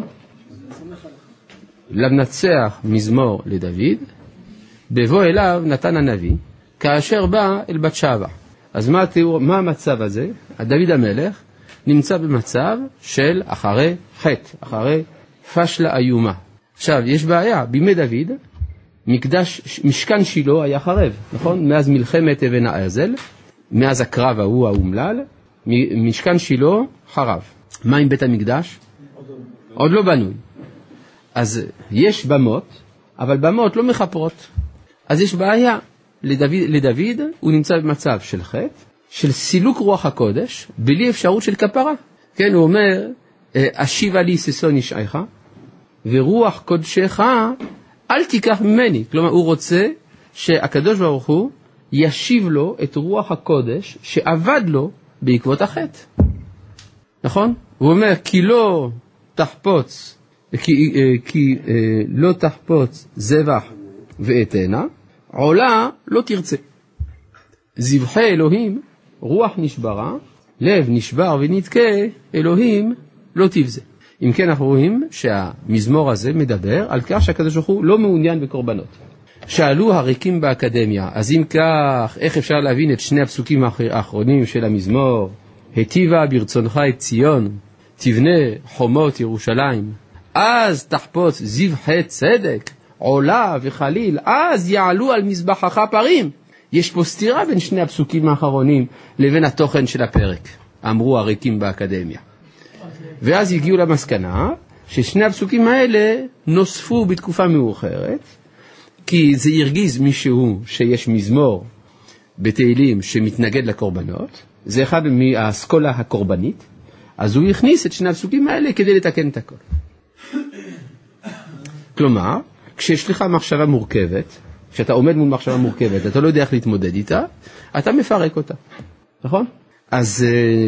למנצח מזמור לדוד, בבוא אליו נתן הנביא, כאשר בא אל בת שבע. אז מה, התיאור, מה המצב הזה? דוד המלך נמצא במצב של אחרי חטא, אחרי פשלה איומה. עכשיו, יש בעיה, בימי דוד, מקדש, משכן שילה היה חרב, נכון? מאז מלחמת אבן האזל, מאז הקרב ההוא האומלל, משכן שילה חרב. מה עם בית המקדש? עוד לא בנוי. אז יש במות, אבל במות לא מחפרות. אז יש בעיה. לדוד, לדוד הוא נמצא במצב של חטא, של סילוק רוח הקודש, בלי אפשרות של כפרה. כן, הוא אומר, אשיבה לי ששון ישעך, ורוח קודשך אל תיקח ממני. כלומר, הוא רוצה שהקדוש ברוך הוא ישיב לו את רוח הקודש שעבד לו בעקבות החטא. נכון? הוא אומר, כי לא תחפוץ, כי, כי לא תחפוץ זבח ואתנה, עולה לא תרצה. זבחי אלוהים, רוח נשברה, לב נשבר ונתקה, אלוהים לא תבזה. אם כן אנחנו רואים שהמזמור הזה מדבר על כך שהקדוש ברוך הוא לא מעוניין בקורבנות. שאלו הריקים באקדמיה, אז אם כך, איך אפשר להבין את שני הפסוקים האחרונים של המזמור? היטיבה ברצונך את ציון, תבנה חומות ירושלים, אז תחפוץ זבחי צדק, עולה וחליל, אז יעלו על מזבחך פרים. יש פה סתירה בין שני הפסוקים האחרונים לבין התוכן של הפרק, אמרו הריקים באקדמיה. ואז הגיעו למסקנה ששני הפסוקים האלה נוספו בתקופה מאוחרת, כי זה ירגיז מישהו שיש מזמור בתהילים שמתנגד לקורבנות, זה אחד מהאסכולה הקורבנית, אז הוא הכניס את שני הפסוקים האלה כדי לתקן את הכל. כלומר, כשיש לך מחשבה מורכבת, כשאתה עומד מול מחשבה מורכבת, אתה לא יודע איך להתמודד איתה, אתה מפרק אותה, נכון? אז,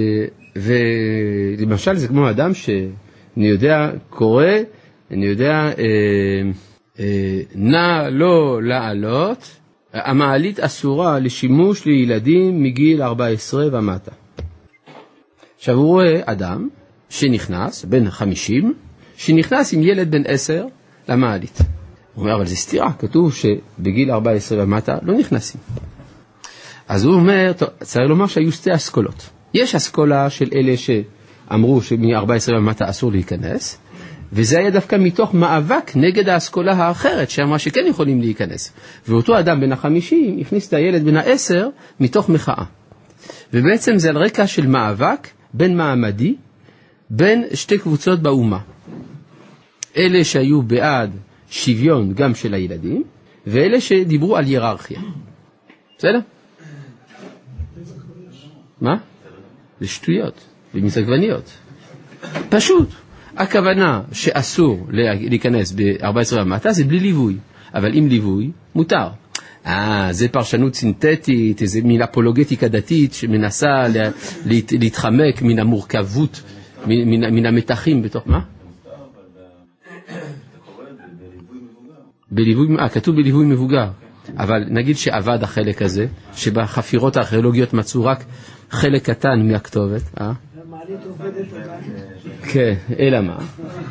ולמשל זה כמו אדם שאני יודע, קורא, אני יודע, אה, אה, נע לא לעלות, המעלית אסורה לשימוש לילדים מגיל ארבע עשרה ומטה. עכשיו הוא רואה אדם שנכנס, בן חמישים, שנכנס עם ילד בן עשר למעלית. הוא אומר, אבל זה סתירה, כתוב שבגיל ארבע עשרה ומטה לא נכנסים. אז הוא אומר, טוב, צריך לומר שהיו שתי אסכולות. יש אסכולה של אלה שאמרו שמ-ארבע עשרה ומטה אסור להיכנס, וזה היה דווקא מתוך מאבק נגד האסכולה האחרת, שאמרה שכן יכולים להיכנס. ואותו אדם בן החמישים הכניס את הילד בן העשר מתוך מחאה. ובעצם זה על רקע של מאבק בין מעמדי, בין שתי קבוצות באומה. אלה שהיו בעד שוויון גם של הילדים, ואלה שדיברו על היררכיה. בסדר? מה? זה שטויות, ומזגווניות. פשוט. הכוונה שאסור להיכנס ב-ארבע עשרה ומטה זה בלי ליווי, אבל עם ליווי מותר. אה, זה פרשנות סינתטית, זה מין אפולוגטיקה דתית שמנסה לה, להת, להתחמק מן המורכבות, מן, מן המתחים בתוך מה? בליווי, אה, כתוב בליווי מבוגר, אבל נגיד שעבד החלק הזה, שבחפירות הארכיאולוגיות מצאו רק חלק קטן מהכתובת, אה? המעלית עובדת עדיין. כן, אלא מה?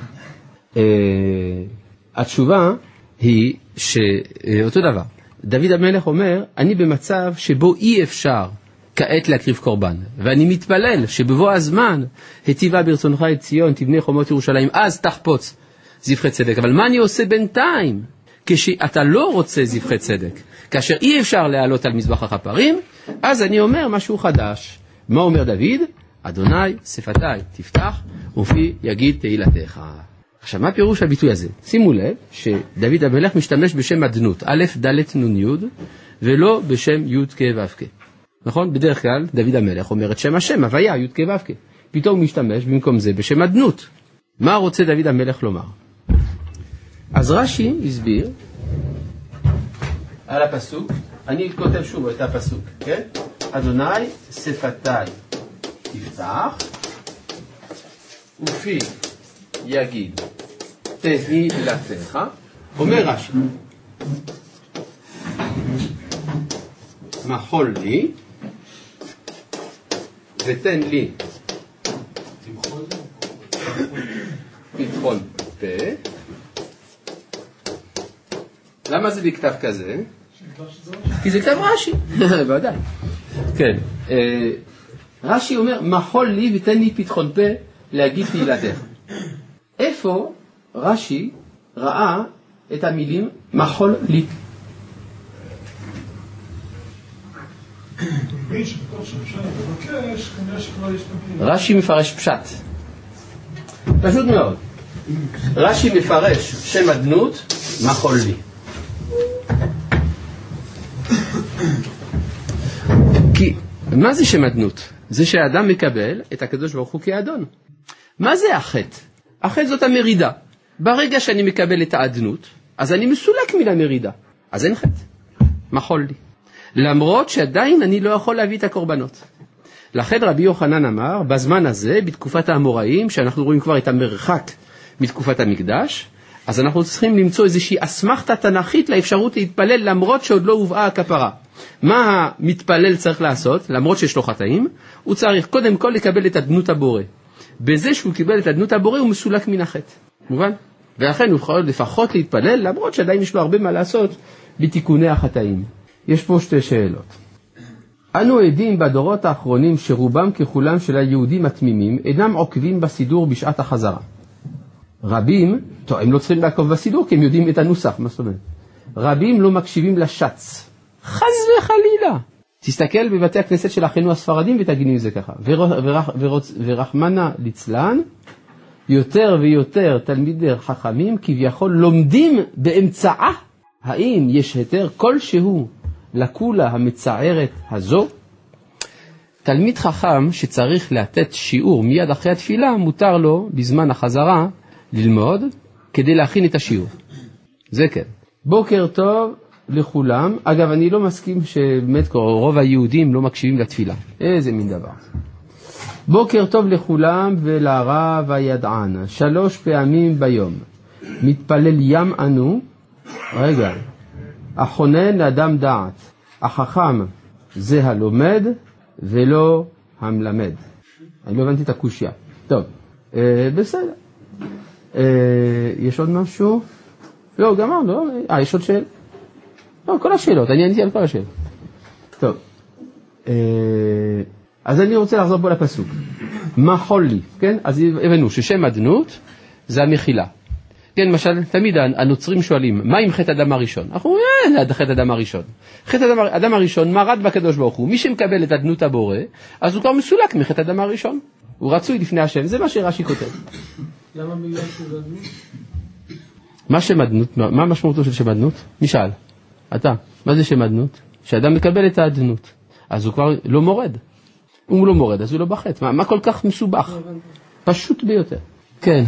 התשובה היא שאותו דבר. דוד המלך אומר, אני במצב שבו אי אפשר כעת להקריב קורבן, ואני מתפלל שבבוא הזמן היטיבה ברצונך את ציון, תבנה חומות ירושלים, אז תחפוץ זבחי צדק. אבל מה אני עושה בינתיים? כשאתה לא רוצה זבחי צדק, כאשר אי אפשר להעלות על מזבח הפרים, אז אני אומר משהו חדש. מה אומר דוד? אדוני שפתיי תפתח ופי יגיד תהילתך. עכשיו מה פירוש הביטוי הזה? שימו לב שדוד המלך משתמש בשם אדנות, א' ד' נ' י' ולא בשם י' כ' ו' כ'. נכון? בדרך כלל דוד המלך אומר את שם השם, הוויה י' כ' ו' כ'. פתאום הוא משתמש במקום זה בשם אדנות. מה רוצה דוד המלך לומר? אז רש"י הסביר על הפסוק, אני כותב שוב את הפסוק, כן? אדוני שפתיי תפתח, ופי יגיד, תהי לתך, אומר רש"י, מחול לי, ותן לי פתחון פה. למה זה בכתב כזה? כי זה כתב רש"י. בוודאי. כן. רש"י אומר, מחול לי ותן לי פתחון פה להגיד תהילתך. איפה רש"י ראה את המילים מחול לי? רש"י מפרש פשט. פשוט מאוד. רש"י מפרש שם אדנות מחול לי. כי מה זה שם אדנות? זה שהאדם מקבל את הקדוש ברוך הוא כאדון. מה זה החטא? החטא זאת המרידה. ברגע שאני מקבל את האדנות, אז אני מסולק מן המרידה. אז אין חטא. מחול לי. למרות שעדיין אני לא יכול להביא את הקורבנות. לכן רבי יוחנן אמר, בזמן הזה, בתקופת האמוראים, שאנחנו רואים כבר את המרחק מתקופת המקדש, אז אנחנו צריכים למצוא איזושהי אסמכתה תנכית לאפשרות להתפלל למרות שעוד לא הובאה הכפרה. מה המתפלל צריך לעשות? למרות שיש לו חטאים, הוא צריך קודם כל לקבל את אדנות הבורא. בזה שהוא קיבל את אדנות הבורא הוא מסולק מן החטא. מובן? ולכן הוא יכול לפחות להתפלל למרות שעדיין יש לו הרבה מה לעשות בתיקוני החטאים. יש פה שתי שאלות. אנו עדים בדורות האחרונים שרובם ככולם של היהודים התמימים אינם עוקבים בסידור בשעת החזרה. רבים, טוב, הם לא צריכים לעקוב בסידור כי הם יודעים את הנוסח, מה זאת אומרת? רבים לא מקשיבים לשץ. חס וחלילה. תסתכל בבתי הכנסת של אחינו הספרדים ותגידו את זה ככה. ורח, ורח, ורחמנה ליצלן, יותר ויותר תלמידי חכמים כביכול לומדים באמצעה. האם יש היתר כלשהו לקולה המצערת הזו? תלמיד חכם שצריך לתת שיעור מיד אחרי התפילה, מותר לו בזמן החזרה ללמוד כדי להכין את השיעור. זה כן. בוקר טוב לכולם. אגב, אני לא מסכים שבאמת רוב היהודים לא מקשיבים לתפילה. איזה מין דבר. בוקר טוב לכולם ולרב הידען. שלוש פעמים ביום. מתפלל ים אנו. רגע. החונן לאדם דעת. החכם זה הלומד ולא המלמד. אני לא הבנתי את הקושיה. טוב. אה, בסדר. אה, יש עוד משהו? לא, גמר, לא. אה, יש עוד שאלה? לא, כל השאלות. אני עניתי על כל השאלות. טוב. אה, אז אני רוצה לחזור פה לפסוק. מחול לי, כן? אז הבנו ששם אדנות זה המחילה. כן, למשל, תמיד הנוצרים שואלים, מה עם חטא אדם הראשון? אנחנו אומרים, אה, חטא אדם הראשון. חטא אדם, אדם הראשון מרד בקדוש ברוך הוא. מי שמקבל את אדנות הבורא, אז הוא כבר מסולק מחטא אדם הראשון. הוא רצוי לפני השם, זה מה שרש"י כותב. למה מילה של אדנות? מה שם אדנות? מה המשמעותו של שם אדנות? מי שאל? אתה. מה זה שם אדנות? שאדם מקבל את האדנות. אז הוא כבר לא מורד. אם הוא לא מורד, אז הוא לא בחטא. מה, מה כל כך מסובך? פשוט ביותר. כן.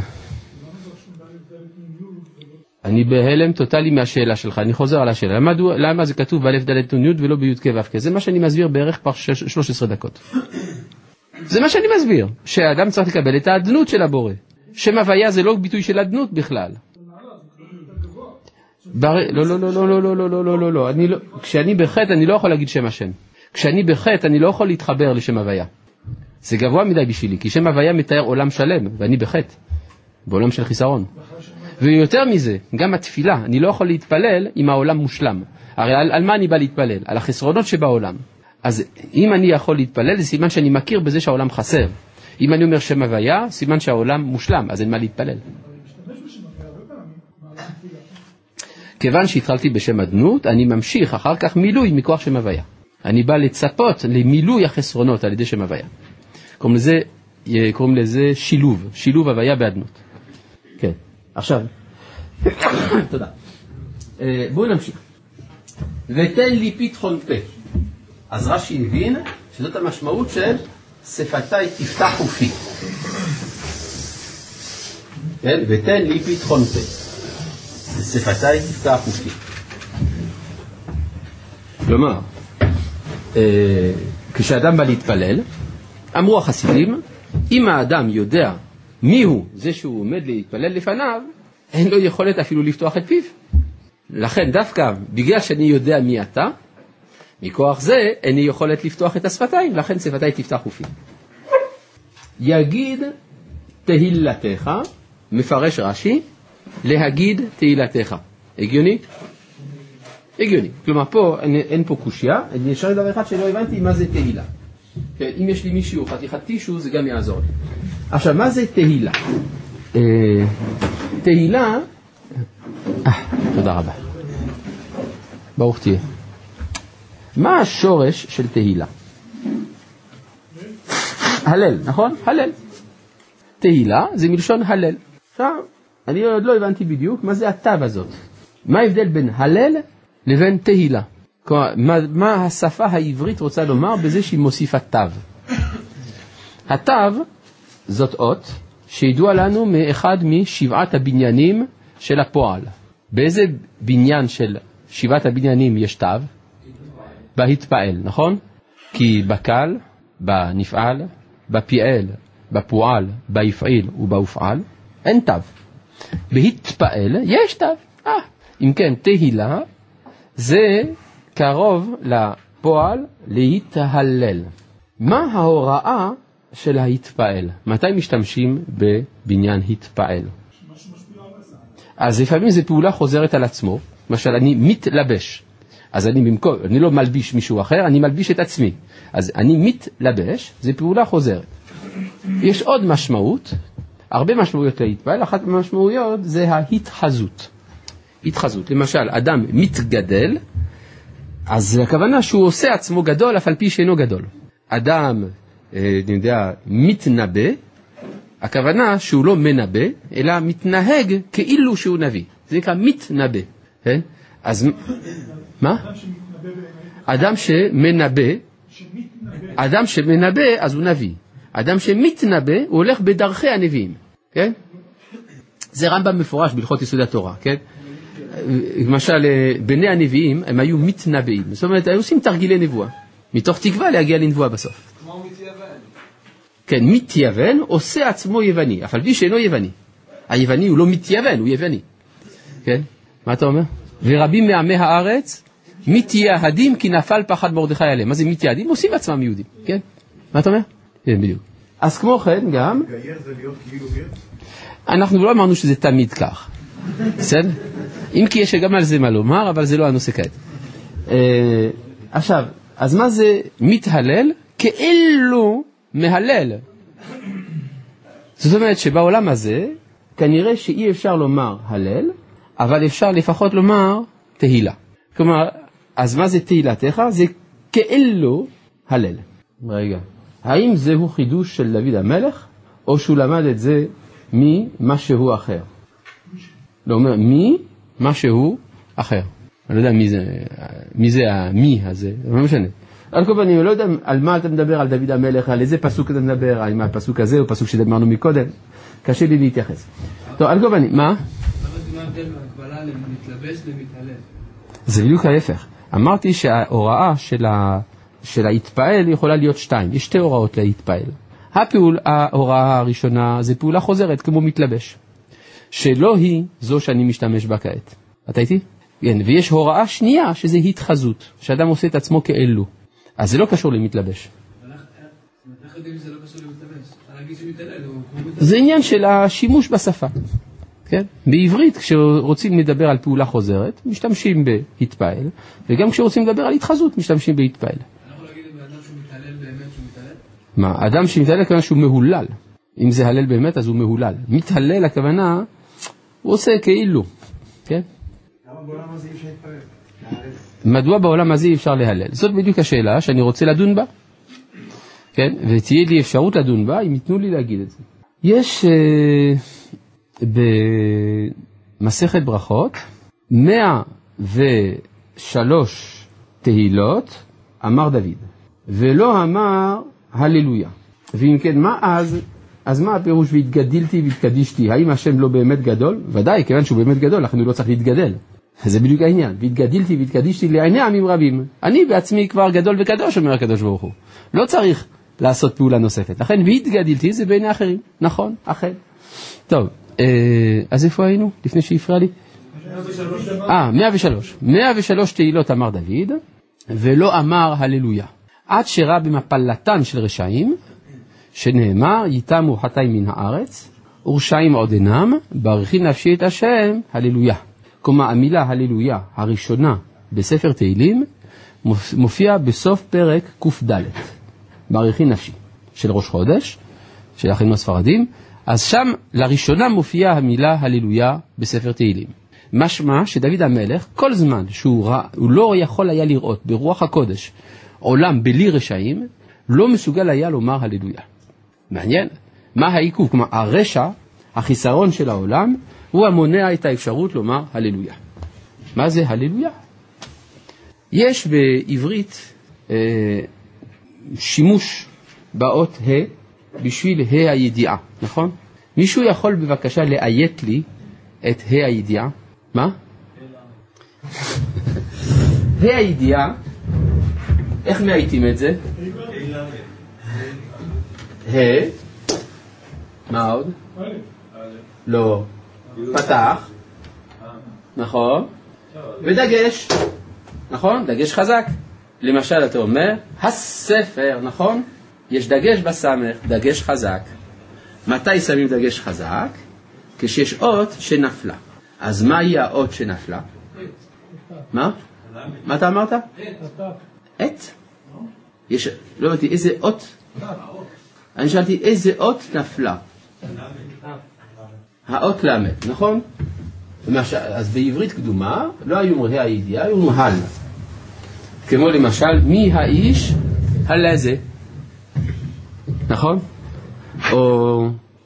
אני בהלם טוטלי מהשאלה שלך, אני חוזר על השאלה. למה, למה זה כתוב באלף דלת נוניות ולא ביוד כבף? זה מה שאני מסביר בערך פר שלוש עשרה דקות. זה מה שאני מסביר, שהאדם צריך לקבל את האדנות של הבורא. שם הוויה זה לא ביטוי של אדנות בכלל. בר... לא, לא, לא, לא, לא, לא, לא, לא, לא, לא. אני לא... כשאני בחטא אני לא יכול להגיד שם השם. כשאני בחטא אני לא יכול להתחבר לשם הוויה. זה גבוה מדי בשבילי, כי שם הוויה מתאר עולם שלם, ואני בחטא. בעולם של חיסרון. ויותר מזה, גם התפילה, אני לא יכול להתפלל אם העולם מושלם. הרי על, על מה אני בא להתפלל? על החסרונות שבעולם. אז אם אני יכול להתפלל, זה סימן שאני מכיר בזה שהעולם חסר. אם אני אומר שם הוויה, סימן שהעולם מושלם, אז אין מה להתפלל. כיוון שהתחלתי בשם אדנות, אני ממשיך אחר כך מילוי מכוח שם הוויה. אני בא לצפות למילוי החסרונות על ידי שם הוויה. קוראים לזה, קוראים לזה שילוב, שילוב הוויה באדנות. כן, עכשיו, תודה. בואו נמשיך. ותן לי פתחון פה. אז רש"י הבין שזאת המשמעות של שפתיי תפתח ופי. כן, ותן לי פתחון פה. שפתיי תפתח ופי. כלומר, כשאדם בא להתפלל, אמרו החסידים, אם האדם יודע מי הוא זה שהוא עומד להתפלל לפניו, אין לו יכולת אפילו לפתוח את פיו. לכן דווקא בגלל שאני יודע מי אתה, מכוח זה אין לי יכולת לפתוח את השפתיים, לכן שפתיים תפתח ופי. יגיד תהילתך, מפרש רש"י, להגיד תהילתך. הגיוני? הגיוני. כלומר פה אין, אין פה קושיה, אני אשאר דבר אחד שלא הבנתי מה זה תהילה. כן, אם יש לי מישהו חתיכת טישו זה גם יעזור לי. עכשיו מה זה תהילה? אה, תהילה, אה, תודה רבה. ברוך תהיה. מה השורש של תהילה? הלל, נכון? הלל. תהילה זה מלשון הלל. עכשיו, אני עוד לא הבנתי בדיוק מה זה התו הזאת. מה ההבדל בין הלל לבין תהילה? כלומר, מה, מה השפה העברית רוצה לומר בזה שהיא מוסיפה תו? התו זאת אות שידוע לנו מאחד משבעת הבניינים של הפועל. באיזה בניין של שבעת הבניינים יש תו? בהתפעל, נכון? כי בקל, בנפעל, בפיעל, בפועל, ביפעיל ובהופעל, אין תו. בהתפעל יש תו. אה, אם כן, תהילה זה קרוב לפועל להתהלל. מה ההוראה של ההתפעל? מתי משתמשים בבניין התפעל? אז לפעמים זו פעולה חוזרת על עצמו. למשל, אני מתלבש. אז אני במקום, אני לא מלביש מישהו אחר, אני מלביש את עצמי. אז אני מתלבש, זו פעולה חוזרת. יש עוד משמעות, הרבה משמעויות להתפעל, אחת מהמשמעויות זה ההתחזות. התחזות, למשל, אדם מתגדל, אז הכוונה שהוא עושה עצמו גדול, אף על פי שאינו גדול. אדם, אני יודע, מתנבא, הכוונה שהוא לא מנבא, אלא מתנהג כאילו שהוא נביא. זה נקרא מתנבא. כן? אז מה? אדם שמנבא, אדם שמנבא, אז הוא נביא. אדם שמתנבא, הוא הולך בדרכי הנביאים. כן? זה רמב"ם מפורש בהלכות יסוד התורה, כן? למשל, בני הנביאים הם היו מתנבאים. זאת אומרת, היו עושים תרגילי נבואה, מתוך תקווה להגיע לנבואה בסוף. כמו מתייוון. כן, מתייוון עושה עצמו יווני, אף על פי שאינו יווני. היווני הוא לא מתייוון, הוא יווני. כן? מה אתה אומר? ורבים מעמי הארץ מתייהדים כי נפל פחד מרדכי עליהם. מה זה מתייהדים? עושים עצמם יהודים. כן? מה אתה אומר? כן, בדיוק. אז כמו כן גם... גייר זה להיות כאילו גר? אנחנו לא אמרנו שזה תמיד כך. בסדר? אם כי יש גם על זה מה לומר, אבל זה לא הנושא כעת. אה, עכשיו, אז מה זה מתהלל? כאילו מהלל. זאת אומרת שבעולם הזה, כנראה שאי אפשר לומר הלל, אבל אפשר לפחות לומר תהילה. כלומר, אז מה זה תהילתך? זה כאילו הלל. רגע, האם זהו חידוש של דוד המלך, או שהוא למד את זה ממשהו אחר? לא אומר, מי משהו אחר. אני לא יודע מי זה, מי זה המי הזה, זה לא משנה. על כל פנים, אני לא יודע על מה אתה מדבר, על דוד המלך, על איזה פסוק אתה מדבר, האם הפסוק הזה או פסוק שדברנו מקודם, קשה לי להתייחס. טוב, על כל פנים, מה? מה ההבדל מהקבלה למתלבש למתהלל? זה בדיוק ההפך. אמרתי שההוראה של, ה... של ההתפעל יכולה להיות שתיים. יש שתי הוראות להתפעל. הפעול, ההוראה הראשונה זה פעולה חוזרת כמו מתלבש. שלא היא זו שאני משתמש בה כעת. אתה איתי? כן, ויש הוראה שנייה שזה התחזות, שאדם עושה את עצמו כאלו. אז זה לא קשור למתלבש. איך יודעים שזה לא קשור למתלבש? אתה להגיד שמתהלל הוא כמו מתלבש. זה עניין של השימוש בשפה. כן? בעברית כשרוצים לדבר על פעולה חוזרת, משתמשים בהתפעל, וגם כשרוצים לדבר על התחזות, משתמשים בהתפעל. אני יכול להגיד לאדם שהוא מתהלל באמת שהוא מתהלל? מה? אדם שמתהלל הכוונה שהוא מהולל. אם זה הלל באמת, אז הוא מהולל. מתהלל הכוונה, הוא עושה כאילו. כן? למה בעולם הזה אי אפשר להתפעל? מדוע בעולם הזה אי אפשר להלל? זאת בדיוק השאלה שאני רוצה לדון בה. כן? ותהיה לי אפשרות לדון בה, אם ייתנו לי להגיד את זה. יש אה, במסכת ברכות, מאה ושלוש תהילות, אמר דוד, ולא אמר הללויה. ואם כן, מה אז? אז מה הפירוש והתגדלתי והתקדישתי? האם השם לא באמת גדול? ודאי, כיוון שהוא באמת גדול, אנחנו לא צריך להתגדל. זה בדיוק העניין. והתגדלתי והתקדישתי לעיני עמים רבים. אני בעצמי כבר גדול וקדוש, אומר הקדוש ברוך הוא. לא צריך לעשות פעולה נוספת. לכן, והתגדלתי זה בעיני אחרים. נכון, אכן. טוב, אז איפה היינו? לפני שהפריע לי? אה, מאה ושלוש. מאה ושלוש תהילות אמר דוד, ולא אמר הללויה. עד שראה במפלתן של רשעים, שנאמר, ייתמו חטאי מן הארץ, ורשעים עוד אינם, ברכי נפשי את השם, הללויה. כלומר, המילה הללויה הראשונה בספר תהילים, מופיע בסוף פרק ק"ד, ברכי נפשי, של ראש חודש, של אחינו הספרדים, אז שם לראשונה מופיעה המילה הללויה בספר תהילים. משמע שדוד המלך, כל זמן שהוא רא, הוא לא יכול היה לראות ברוח הקודש עולם בלי רשעים, לא מסוגל היה לומר הללויה. מעניין, מה העיכוב? כלומר, הרשע, החיסרון של העולם, הוא המונע את האפשרות לומר הללויה. מה זה הללויה? יש בעברית אה, שימוש באות ה' בשביל ה' הידיעה, נכון? מישהו יכול בבקשה לאיית לי את ה' הידיעה? מה? ה' הידיעה, איך מאייתים את זה? ה', מה עוד? לא, פתח, נכון, ודגש, נכון? דגש חזק. למשל אתה אומר, הספר, נכון? יש דגש בסמך, דגש חזק. מתי שמים דגש חזק? כשיש אות שנפלה. אז מהי האות שנפלה? מה? מה אתה אמרת? עת. יש, לא יודעתי, איזה אות? אני שאלתי, איזה אות נפלה? האות למד, נכון? אז בעברית קדומה לא היו אומרים הידיעה, היו אומרים הל. כמו למשל, מי האיש הלזה? נכון? או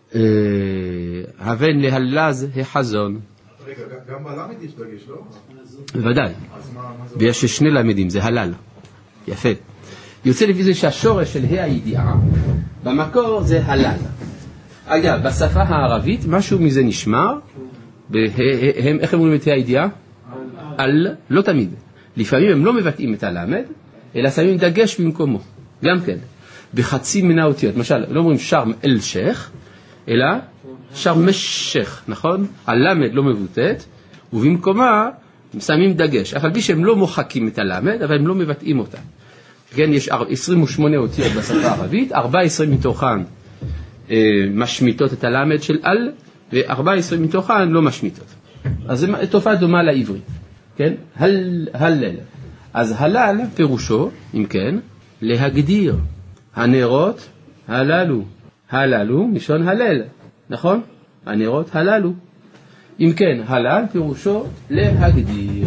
הבן להלז החזון. רגע, גם בלמד יש דגש, לא? בוודאי. ויש שני למדים, זה הלל. יפה. יוצא לפי זה שהשורש של ה' הידיעה במקור זה הלל. אגב, בשפה הערבית משהו מזה נשמר. איך הם אומרים את ה' הידיעה? על, לא תמיד. לפעמים הם לא מבטאים את הלמד, אלא שמים דגש במקומו. גם כן. בחצי מן האותיות. למשל, לא אומרים שרם אל שייך, אלא שרם משך, נכון? הלמד לא מבוטאת, ובמקומה שמים דגש. אף על פי שהם לא מוחקים את הלמד, אבל הם לא מבטאים אותה. כן, יש עשרים ושמונה אותיות בשפה הערבית, ארבע עשרה מתוכן אה, משמיטות את הלמד של על, ו-ארבע עשרה מתוכן לא משמיטות. אז זו תופעה דומה לעברית. כן? הל, הלל. אז הלל פירושו, אם כן, להגדיר. הנרות הללו. הללו משון הלל. נכון? הנרות הללו. אם כן, הלל פירושו להגדיר.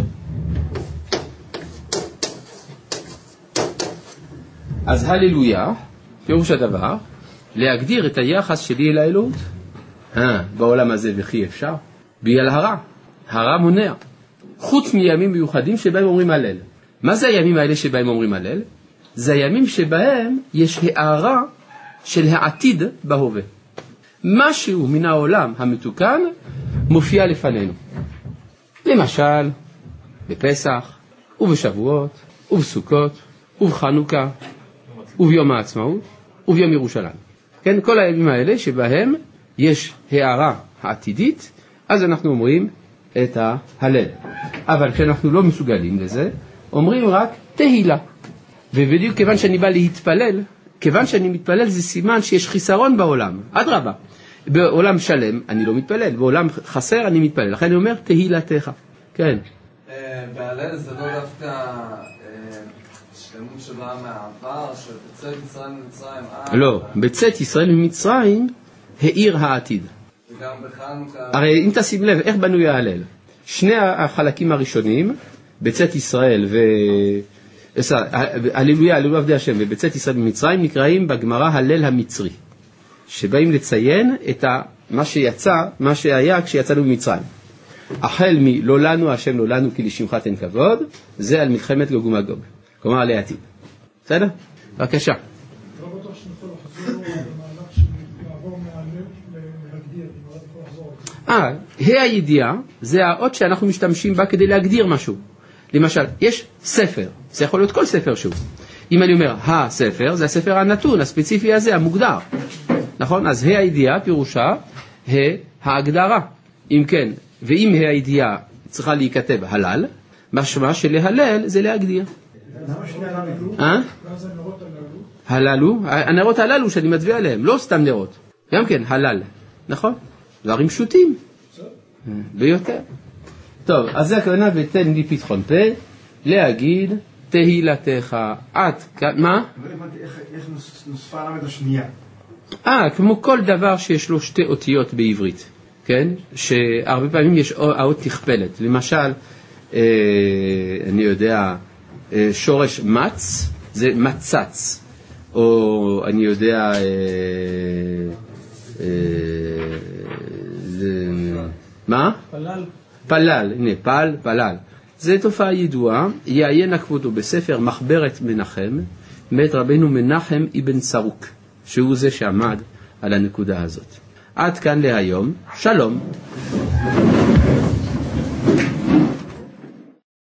אז הללויה, פירוש הדבר, להגדיר את היחס שלי אל האלוהות. אה, בעולם הזה וכי אפשר? בגלל הרע. הרע מונע. חוץ מימים מיוחדים שבהם אומרים הלל. מה זה הימים האלה שבהם אומרים הלל? זה הימים שבהם יש הערה של העתיד בהווה. משהו מן העולם המתוקן מופיע לפנינו. למשל, בפסח, ובשבועות, ובסוכות, ובחנוכה, וביום העצמאות, וביום ירושלים. כן, כל הימים האלה שבהם יש הערה העתידית, אז אנחנו אומרים את ההלל. אבל כשאנחנו לא מסוגלים לזה, אומרים רק תהילה. ובדיוק כיוון שאני בא להתפלל, כיוון שאני מתפלל זה סימן שיש חיסרון בעולם. אדרבה, בעולם שלם אני לא מתפלל, בעולם חסר אני מתפלל. לכן אני אומר תהילתך. כן. בהלל זה לא דווקא שלמות שבאה מהעבר, שבצאת ישראל ממצרים... לא, בצאת ישראל ממצרים העיר העתיד. וגם בחנוכה... הרי אם תשים לב, איך בנוי ההלל? שני החלקים הראשונים, בצאת ישראל ו... הללויה, הללויה עבדי השם, ובצאת ישראל ממצרים נקראים בגמרא הלל המצרי, שבאים לציין את מה שיצא, מה שהיה כשיצאנו ממצרים. החל מלא לנו השם לא לנו כי לשמך תן כבוד, זה על מלחמת גוג ומגוג, כלומר עלי עתיד. בסדר? בבקשה. לא בטוח שנכון לחזור למהלך שלעבור מהלב להגדיר, אם לא יכול לחזור. אה, ה' הידיעה זה האות שאנחנו משתמשים בה כדי להגדיר משהו. למשל, יש ספר, זה יכול להיות כל ספר שהוא. אם אני אומר הספר, זה הספר הנתון, הספציפי הזה, המוגדר. נכון? אז ה' הידיעה פירושה ה' ההגדרה. אם כן, ואם ה' הידיעה צריכה להיכתב הלל, משמע שלהלל זה להגדיר. למה שני הללו? אה? ואז הנרות הללו? הללו, הנרות הללו שאני מצביע עליהם, לא סתם נרות. גם כן, הלל. נכון? דברים פשוטים. ביותר. טוב, אז זה הכוונה ותן לי פתחון פה, להגיד תהילתך עד כאן, מה? לא הבנתי איך נוספה למד השנייה. אה, כמו כל דבר שיש לו שתי אותיות בעברית, כן? שהרבה פעמים יש האות נכפלת. למשל, אה, אני יודע, אה, שורש מצ, זה מצץ. או אני יודע, אה, אה, זה, מה? פלל. פלל, הנה, פל, פלל. זה תופעה ידועה, יעיין כבודו בספר מחברת מנחם, מאת רבנו מנחם אבן סרוק, שהוא זה שעמד על הנקודה הזאת. עד כאן להיום, שלום.